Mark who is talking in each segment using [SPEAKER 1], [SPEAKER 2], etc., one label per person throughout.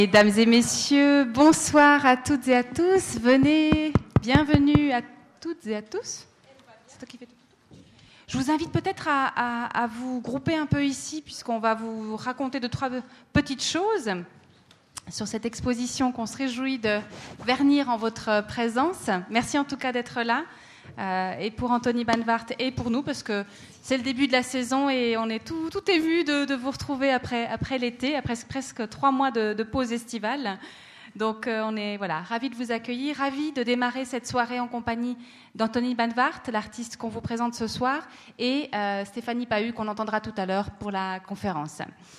[SPEAKER 1] Mesdames et messieurs, bonsoir à toutes et à tous. Bienvenue à toutes et à tous. C'est toi qui fais tout. Je vous invite peut-être à vous grouper un peu ici, puisqu'on va vous raconter 2-3 petites choses sur cette exposition qu'on se réjouit de vernir en votre présence. Merci en tout cas d'être là, et pour Anthony Banvart et pour nous, parce que c'est le début de la saison et on est tout est vu de vous retrouver après l'été, après presque 3 mois de pause estivale. Donc on est ravis de vous accueillir, ravis de démarrer cette soirée en compagnie d'Anthony Banvart, l'artiste qu'on vous présente ce soir, et Stéphanie Pahu qu'on entendra tout à l'heure pour la conférence.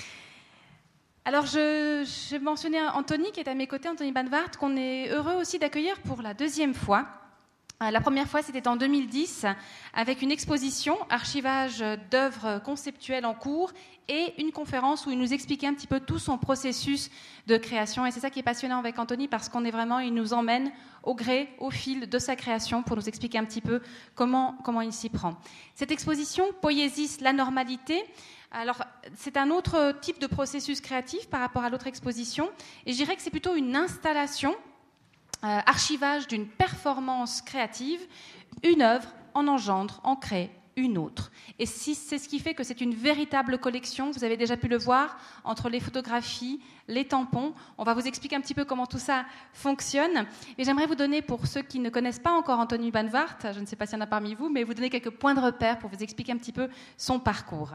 [SPEAKER 1] Alors je mentionnais Anthony qui est à mes côtés, Anthony Banvart, qu'on est heureux aussi d'accueillir pour la 2e fois. La première fois, c'était en 2010, avec une exposition, archivage d'œuvres conceptuelles en cours, et une conférence où il nous expliquait un petit peu tout son processus de création. Et c'est ça qui est passionnant avec Anthony, parce il nous emmène au gré, au fil de sa création, pour nous expliquer un petit peu comment il s'y prend. Cette exposition, Poiesis, la normalité, alors c'est un autre type de processus créatif par rapport à l'autre exposition, et je dirais que c'est plutôt une installation, archivage d'une performance créative, une œuvre en crée une autre. Et c'est ce qui fait que c'est une véritable collection. Vous avez déjà pu le voir, entre les photographies, les tampons. On va vous expliquer un petit peu comment tout ça fonctionne. Et j'aimerais vous donner, pour ceux qui ne connaissent pas encore Anthony Banvart, je ne sais pas s'il y en a parmi vous, mais vous donner quelques points de repère pour vous expliquer un petit peu son parcours.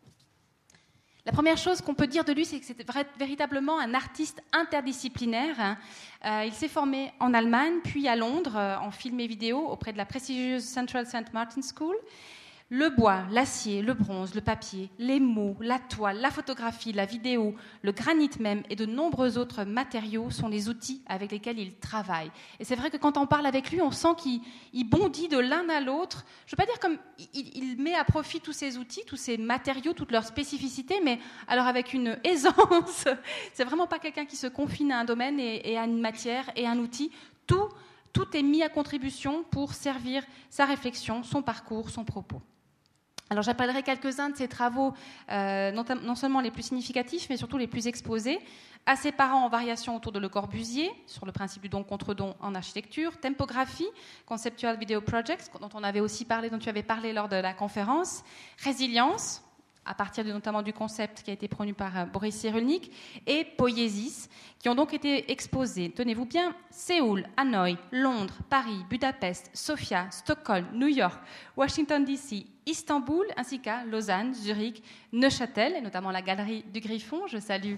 [SPEAKER 1] La première chose qu'on peut dire de lui, c'est que c'est véritablement un artiste interdisciplinaire. Il s'est formé en Allemagne, puis à Londres, en film et vidéo, auprès de la prestigieuse Central St. Martin's School. Le bois, l'acier, le bronze, le papier, les mots, la toile, la photographie, la vidéo, le granit même et de nombreux autres matériaux sont les outils avec lesquels il travaille. Et c'est vrai que quand on parle avec lui, on sent qu'il bondit de l'un à l'autre. Je ne veux pas dire comme il met à profit tous ces outils, tous ces matériaux, toutes leurs spécificités, mais alors avec une aisance. C'est vraiment pas quelqu'un qui se confine à un domaine et à une matière et à un outil. Tout est mis à contribution pour servir sa réflexion, son parcours, son propos. Alors j'appellerai quelques-uns de ses travaux, non seulement les plus significatifs, mais surtout les plus exposés. À ses parents en variation autour de Le Corbusier, sur le principe du don contre don en architecture. Tempographie, Conceptual Video Projects, dont tu avais parlé lors de la conférence. Résilience, à partir notamment du concept qui a été prônu par Boris Cyrulnik, et Poiesis, qui ont donc été exposés, tenez-vous bien, Séoul, Hanoï, Londres, Paris, Budapest, Sofia, Stockholm, New York, Washington DC, Istanbul, ainsi qu'à Lausanne, Zurich, Neuchâtel, et notamment la Galerie du Griffon, je salue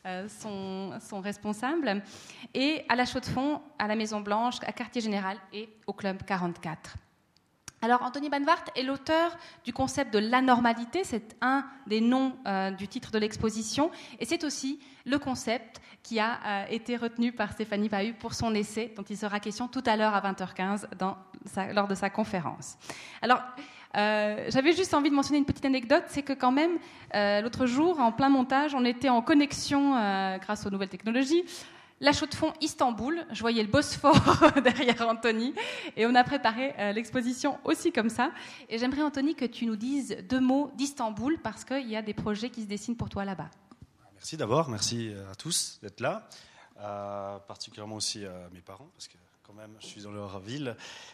[SPEAKER 1] son responsable, et à la Chaux-de-Fonds, à la Maison Blanche, à Quartier Général et au Club 44. Alors, Anthony Banvart est l'auteur du concept de l'anormalité, c'est un des noms du titre de l'exposition, et c'est aussi le concept qui a été retenu par Stéphanie Pahu pour son essai, dont il sera question tout à l'heure à 20h15 lors de sa conférence. Alors, j'avais juste envie de mentionner une petite anecdote, c'est que quand même, l'autre jour, en plein montage, on était en connexion grâce aux nouvelles technologies, la Chaux-de-Fonds Istanbul, je voyais le Bosphore derrière Anthony, et on a préparé l'exposition aussi comme ça. Et j'aimerais, Anthony, que tu nous dises 2 mots d'Istanbul, parce qu'il y a des projets qui se dessinent pour toi là-bas.
[SPEAKER 2] Merci d'abord, merci à tous d'être là, particulièrement aussi à mes parents, parce que quand même, je suis dans leur ville.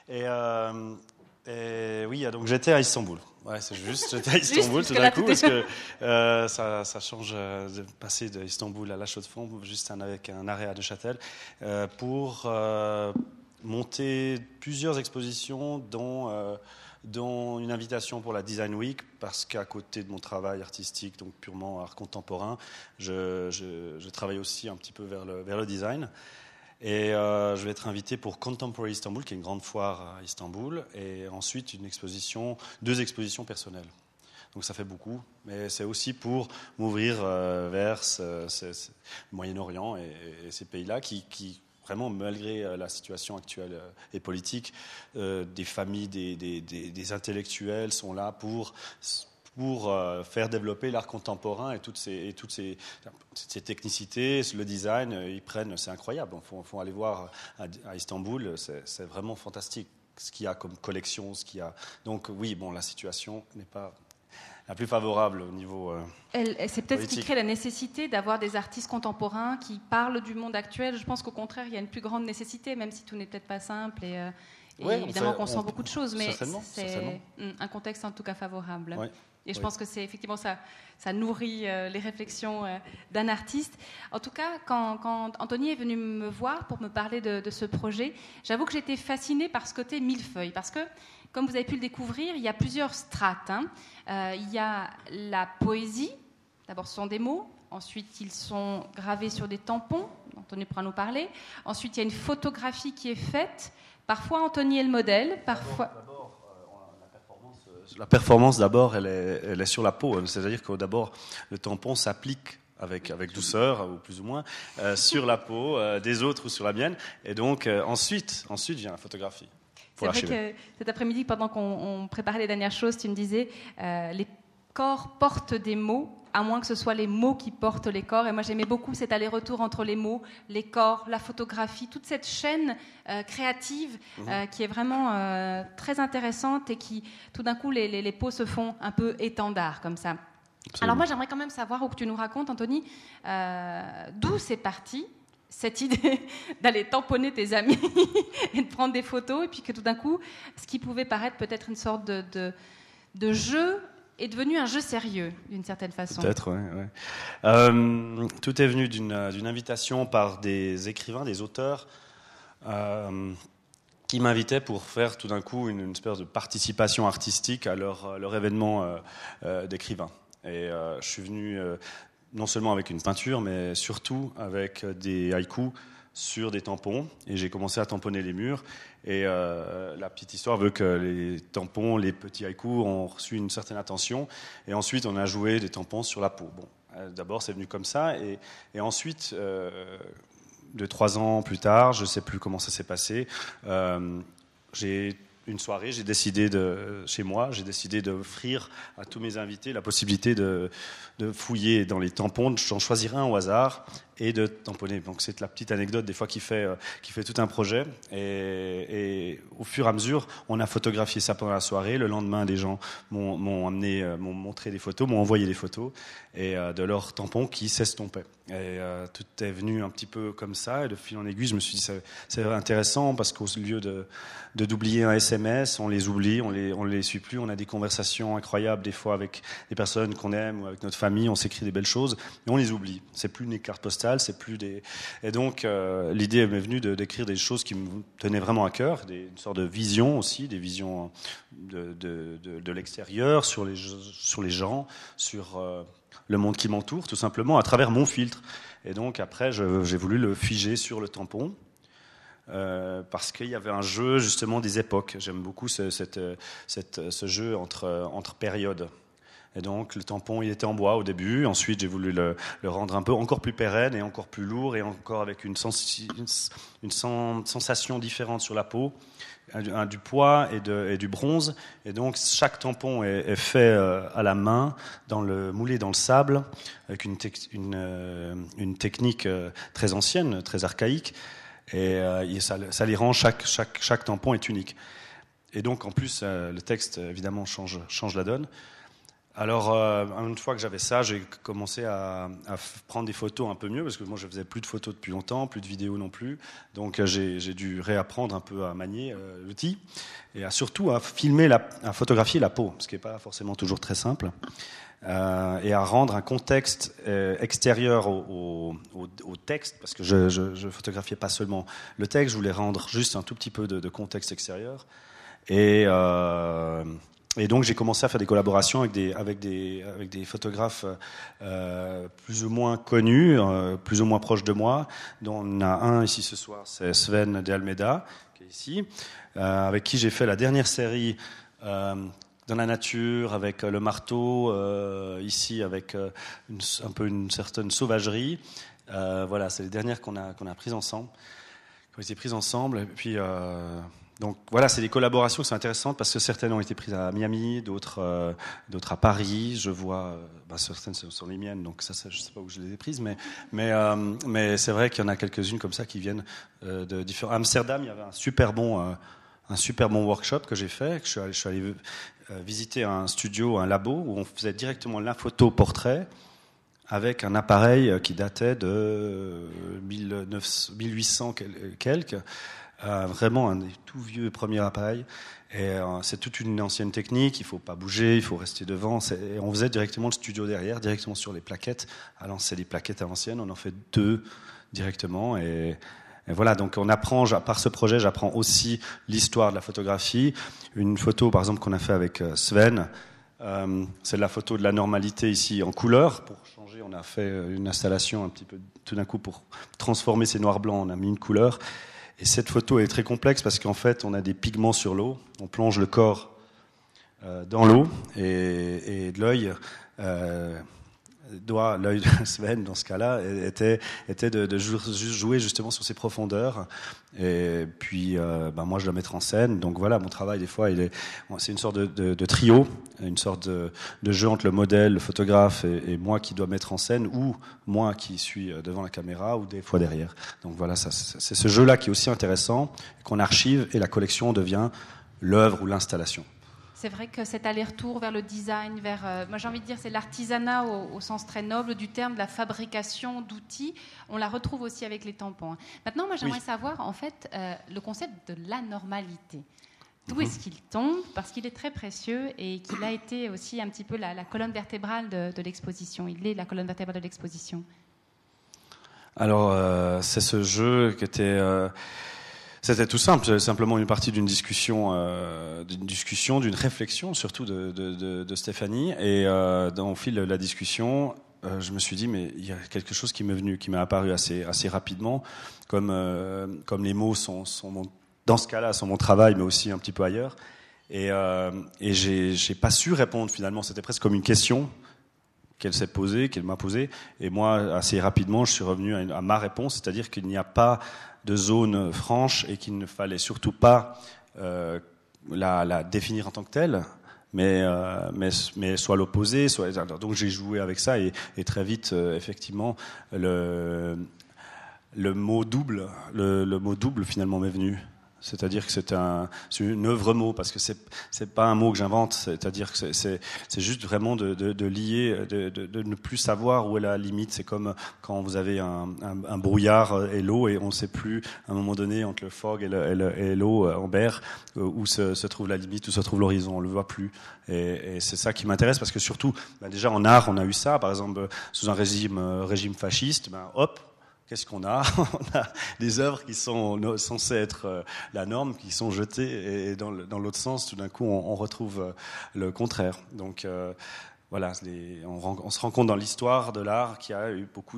[SPEAKER 2] Et oui, donc j'étais à Istanbul. Ouais, c'est juste, j'étais à Istanbul tout d'un coup, parce que ça change de passer d'Istanbul à La Chaux-de-Fonds, juste avec un arrêt à Neuchâtel, pour monter plusieurs expositions, dont une invitation pour la Design Week, parce qu'à côté de mon travail artistique, donc purement art contemporain, je travaille aussi un petit peu vers le design. Et je vais être invité pour Contemporary Istanbul, qui est une grande foire à Istanbul, et ensuite 2 expositions personnelles. Donc ça fait beaucoup, mais c'est aussi pour m'ouvrir vers le Moyen-Orient et ces pays-là qui vraiment, malgré la situation actuelle et politique, des familles, des intellectuels sont là pour faire développer l'art contemporain et toutes ces technicités, le design, c'est incroyable. Il faut aller voir à Istanbul, c'est vraiment fantastique ce qu'il y a comme collection, Donc oui, la situation n'est pas la plus favorable au niveau
[SPEAKER 1] c'est peut-être
[SPEAKER 2] politique.
[SPEAKER 1] ce qui crée la nécessité d'avoir des artistes contemporains qui parlent du monde actuel. Je pense qu'au contraire, il y a une plus grande nécessité, même si tout n'est peut-être pas simple et évidemment qu'on sent beaucoup de choses, mais c'est un contexte en tout cas favorable.
[SPEAKER 2] Ouais.
[SPEAKER 1] Et je pense que c'est effectivement ça nourrit les réflexions d'un artiste. En tout cas, quand Anthony est venu me voir pour me parler de ce projet, j'avoue que j'étais fascinée par ce côté millefeuille, parce que, comme vous avez pu le découvrir, il y a plusieurs strates. Il y a la poésie. D'abord, ce sont des mots. Ensuite, ils sont gravés sur des tampons. Anthony pourra nous parler. Ensuite, il y a une photographie qui est faite. Parfois, Anthony est le modèle. Parfois...
[SPEAKER 2] La performance, d'abord, elle est sur la peau. C'est-à-dire que d'abord, le tampon s'applique avec douceur, ou plus ou moins, sur la peau des autres ou sur la mienne. Et donc, ensuite vient la photographie.
[SPEAKER 1] C'est vrai que cet après-midi, pendant qu'on préparait les dernières choses, tu me disais les corps portent des mots, à moins que ce soit les mots qui portent les corps. Et moi, j'aimais beaucoup cet aller-retour entre les mots, les corps, la photographie, toute cette chaîne créative qui est vraiment très intéressante et qui, tout d'un coup, les peaux se font un peu étendards, comme ça. Absolument. Alors moi, j'aimerais quand même savoir, ou que tu nous racontes, Anthony, d'où c'est parti cette idée d'aller tamponner tes amis et de prendre des photos, et puis que tout d'un coup, ce qui pouvait paraître peut-être une sorte de jeu est devenu un jeu sérieux, d'une certaine façon.
[SPEAKER 2] Peut-être, oui. Tout est venu d'une invitation par des écrivains, des auteurs, qui m'invitaient pour faire tout d'un coup une espèce de participation artistique à leur événement d'écrivain. Et je suis venu... non seulement avec une peinture, mais surtout avec des haïkus sur des tampons. Et j'ai commencé à tamponner les murs. Et la petite histoire veut que les tampons, les petits haïkus ont reçu une certaine attention. Et ensuite, on a joué des tampons sur la peau. Bon, d'abord, c'est venu comme ça. Et ensuite, 2-3 ans plus tard, je ne sais plus comment ça s'est passé, une soirée, j'ai décidé d'offrir à tous mes invités la possibilité de fouiller dans les tampons, j'en choisir un au hasard et de tamponner. Donc c'est la petite anecdote des fois qui fait tout un projet. Et au fur et à mesure, on a photographié ça pendant la soirée. Le lendemain, des gens m'ont montré des photos, m'ont envoyé des photos et de leurs tampons qui s'estompaient. Et tout est venu un petit peu comme ça. Et de fil en aiguille, je me suis dit c'est intéressant parce qu'au lieu d'oublier un SMS, on les oublie, on les suit plus. On a des conversations incroyables des fois avec des personnes qu'on aime ou avec notre famille. On s'écrit des belles choses et on les oublie. C'est plus des cartes postales, c'est plus des. Et donc l'idée m'est venue d'écrire des choses qui me tenaient vraiment à cœur, une sorte de vision aussi, des visions de l'extérieur sur les gens, sur le monde qui m'entoure, tout simplement à travers mon filtre. Et donc après, j'ai voulu le figer sur le tampon. Parce qu'il y avait un jeu justement des époques. J'aime beaucoup ce jeu entre périodes. Et donc le tampon il était en bois au début, ensuite j'ai voulu le rendre un peu encore plus pérenne et encore plus lourd et encore avec une sensation différente sur la peau, du poids et du bronze. Et donc chaque tampon est fait à la main, moulé dans le sable, avec une technique très ancienne, très archaïque. Et ça les rend, chaque tampon est unique. Et donc en plus le texte évidemment change la donne. Alors une fois que j'avais ça, j'ai commencé à prendre des photos un peu mieux parce que moi je faisais plus de photos depuis longtemps, plus de vidéos non plus. Donc j'ai dû réapprendre un peu à manier l'outil et surtout à photographier la peau, ce qui n'est pas forcément toujours très simple. Et à rendre un contexte extérieur au texte, parce que je photographiais pas seulement le texte, je voulais rendre juste un tout petit peu de contexte extérieur. Et donc j'ai commencé à faire des collaborations avec des photographes plus ou moins connus, plus ou moins proches de moi, dont on a un ici ce soir, c'est Sven de Almeida, qui est ici, avec qui j'ai fait la dernière série dans la nature, avec le marteau, ici avec un peu une certaine sauvagerie. Voilà, c'est les dernières qu'on a prises ensemble, qui ont été prises ensemble. Et puis, donc voilà, c'est des collaborations qui sont intéressantes parce que certaines ont été prises à Miami, d'autres à Paris. Je vois, certaines sont les miennes, donc ça je ne sais pas où je les ai prises, mais c'est vrai qu'il y en a quelques-unes comme ça qui viennent de différents. À Amsterdam, il y avait un super bon un super bon workshop que j'ai fait. Je suis allé visiter un studio, un labo, où on faisait directement la photo portrait avec un appareil qui datait de 1800 quelques. Vraiment un des tout vieux premiers appareils. Et c'est toute une ancienne technique, il ne faut pas bouger, il faut rester devant. Et on faisait directement le studio derrière, directement sur les plaquettes. Alors c'est des plaquettes à l'ancienne, on en fait 2 directement. Et voilà, donc on apprend, par ce projet, j'apprends aussi l'histoire de la photographie. Une photo, par exemple, qu'on a fait avec Sven, c'est la photo de la normalité ici en couleur. Pour changer, on a fait une installation un petit peu tout d'un coup pour transformer ces noirs blancs, on a mis une couleur. Et cette photo est très complexe parce qu'en fait, on a des pigments sur l'eau. On plonge le corps dans l'eau et l'œil, l'œil de Sven, dans ce cas-là, était de jouer justement sur ces profondeurs. Et puis, moi, je dois mettre en scène. Donc voilà, mon travail, des fois, c'est une sorte de trio, une sorte de jeu entre le modèle, le photographe et moi qui dois mettre en scène, ou moi qui suis devant la caméra, ou des fois derrière. Donc voilà, c'est ce jeu-là qui est aussi intéressant, qu'on archive, et la collection devient l'œuvre ou l'installation.
[SPEAKER 1] C'est vrai que cet aller-retour vers le design, moi j'ai envie de dire c'est l'artisanat au sens très noble du terme, de la fabrication d'outils, on la retrouve aussi avec les tampons. Maintenant, moi j'aimerais savoir en fait le concept de l'anormalité. D'où est-ce qu'il tombe? Parce qu'il est très précieux et qu'il a été aussi un petit peu la colonne vertébrale de l'exposition. Il est la colonne vertébrale de l'exposition.
[SPEAKER 2] Alors c'est ce jeu qui était... C'était tout simple, c'était simplement une partie d'une discussion, d'une réflexion surtout de Stéphanie. Et au fil de la discussion, je me suis dit, mais il y a quelque chose qui m'est apparu assez rapidement, comme les mots sont dans ce cas-là, sont mon travail, mais aussi un petit peu ailleurs. Et j'ai pas su répondre finalement. C'était presque comme une question qu'elle m'a posée. Et moi, assez rapidement, je suis revenu à ma réponse, c'est-à-dire qu'il n'y a pas de zone franche et qu'il ne fallait surtout pas la définir en tant que telle, mais soit l'opposé, donc j'ai joué avec ça et très vite effectivement le mot double finalement m'est venu. C'est-à-dire que c'est une œuvre-mot, parce que c'est pas un mot que j'invente, c'est-à-dire que c'est juste vraiment de lier, de ne plus savoir où est la limite. C'est comme quand vous avez un brouillard et l'eau, et on ne sait plus, à un moment donné, entre le fog et l'eau en mer, où se trouve la limite, où se trouve l'horizon, on le voit plus. Et c'est ça qui m'intéresse, parce que surtout, déjà en art, on a eu ça, par exemple, sous un régime fasciste, hop, qu'est-ce qu'on a? On a des œuvres qui sont censées être la norme, qui sont jetées, et dans l'autre sens, tout d'un coup, on retrouve le contraire. Donc voilà, on se rend compte dans l'histoire de l'art qu'il y a eu beaucoup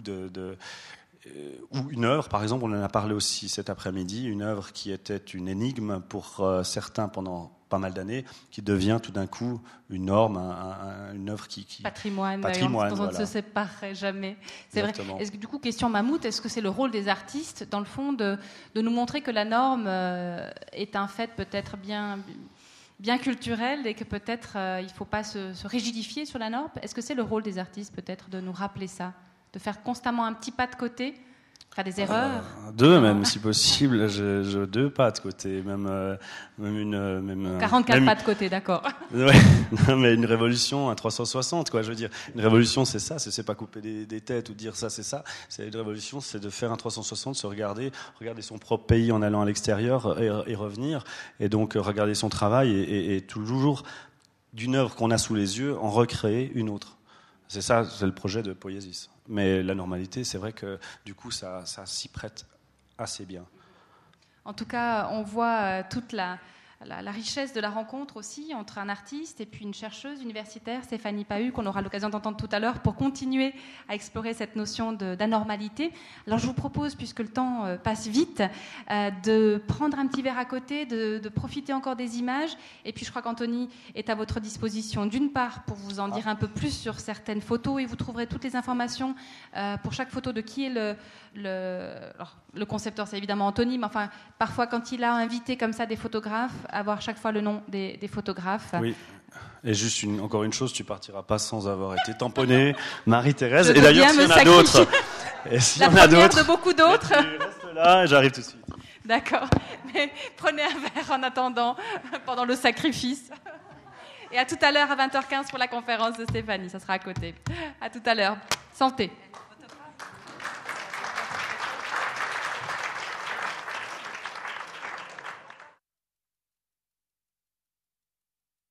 [SPEAKER 2] ou une œuvre, par exemple, on en a parlé aussi cet après-midi, une œuvre qui était une énigme pour certains pendant pas mal d'années, qui devient tout d'un coup une norme, une œuvre qui
[SPEAKER 1] patrimoine dont
[SPEAKER 2] voilà.
[SPEAKER 1] On ne se séparerait jamais. C'est
[SPEAKER 2] Exactement.
[SPEAKER 1] Vrai. Est-ce que, du coup, question mammouth, est-ce que c'est le rôle des artistes, dans le fond, de nous montrer que la norme est un fait peut-être bien culturel et que peut-être il ne faut pas se rigidifier sur la norme? Est-ce que c'est le rôle des artistes peut-être de nous rappeler ça, de faire constamment un petit pas de côté, faire des erreurs?
[SPEAKER 2] Deux même, si possible. Je 2 pas de côté, même
[SPEAKER 1] 44 pas de côté, d'accord.
[SPEAKER 2] Ouais, mais une révolution à 360, quoi. Je veux dire, une révolution, c'est ça, c'est pas couper des têtes ou dire ça, c'est ça. C'est une révolution, c'est de faire un 360, se regarder son propre pays en allant à l'extérieur et revenir, et donc regarder son travail et toujours d'une œuvre qu'on a sous les yeux, en recréer une autre. C'est ça, c'est le projet de Poiesis. Mais la normalité, c'est vrai que du coup, ça s'y prête assez bien.
[SPEAKER 1] En tout cas, on voit toute la richesse de la rencontre aussi entre un artiste et puis une chercheuse universitaire, Stéphanie Pahu, qu'on aura l'occasion d'entendre tout à l'heure, pour continuer à explorer cette notion d'anormalité. Alors je vous propose, puisque le temps passe vite, de prendre un petit verre à côté, de profiter encore des images. Et puis je crois qu'Anthony est à votre disposition, d'une part pour vous en dire un peu plus sur certaines photos, et vous trouverez toutes les informations pour chaque photo de qui est le concepteur, c'est évidemment Anthony, mais enfin parfois quand il a invité comme ça des photographes, avoir chaque fois le nom des photographes.
[SPEAKER 2] Oui. Et juste encore une chose, tu partiras pas sans avoir été tamponnée, Marie-Thérèse. Et d'ailleurs, s'il y en a d'autres,
[SPEAKER 1] la première de beaucoup d'autres.
[SPEAKER 2] Tu restes là, et j'arrive tout de suite.
[SPEAKER 1] D'accord. Mais prenez un verre en attendant, pendant le sacrifice. Et à tout à l'heure à 20h15 pour la conférence de Stéphanie. Ça sera à côté. À tout à l'heure. Santé.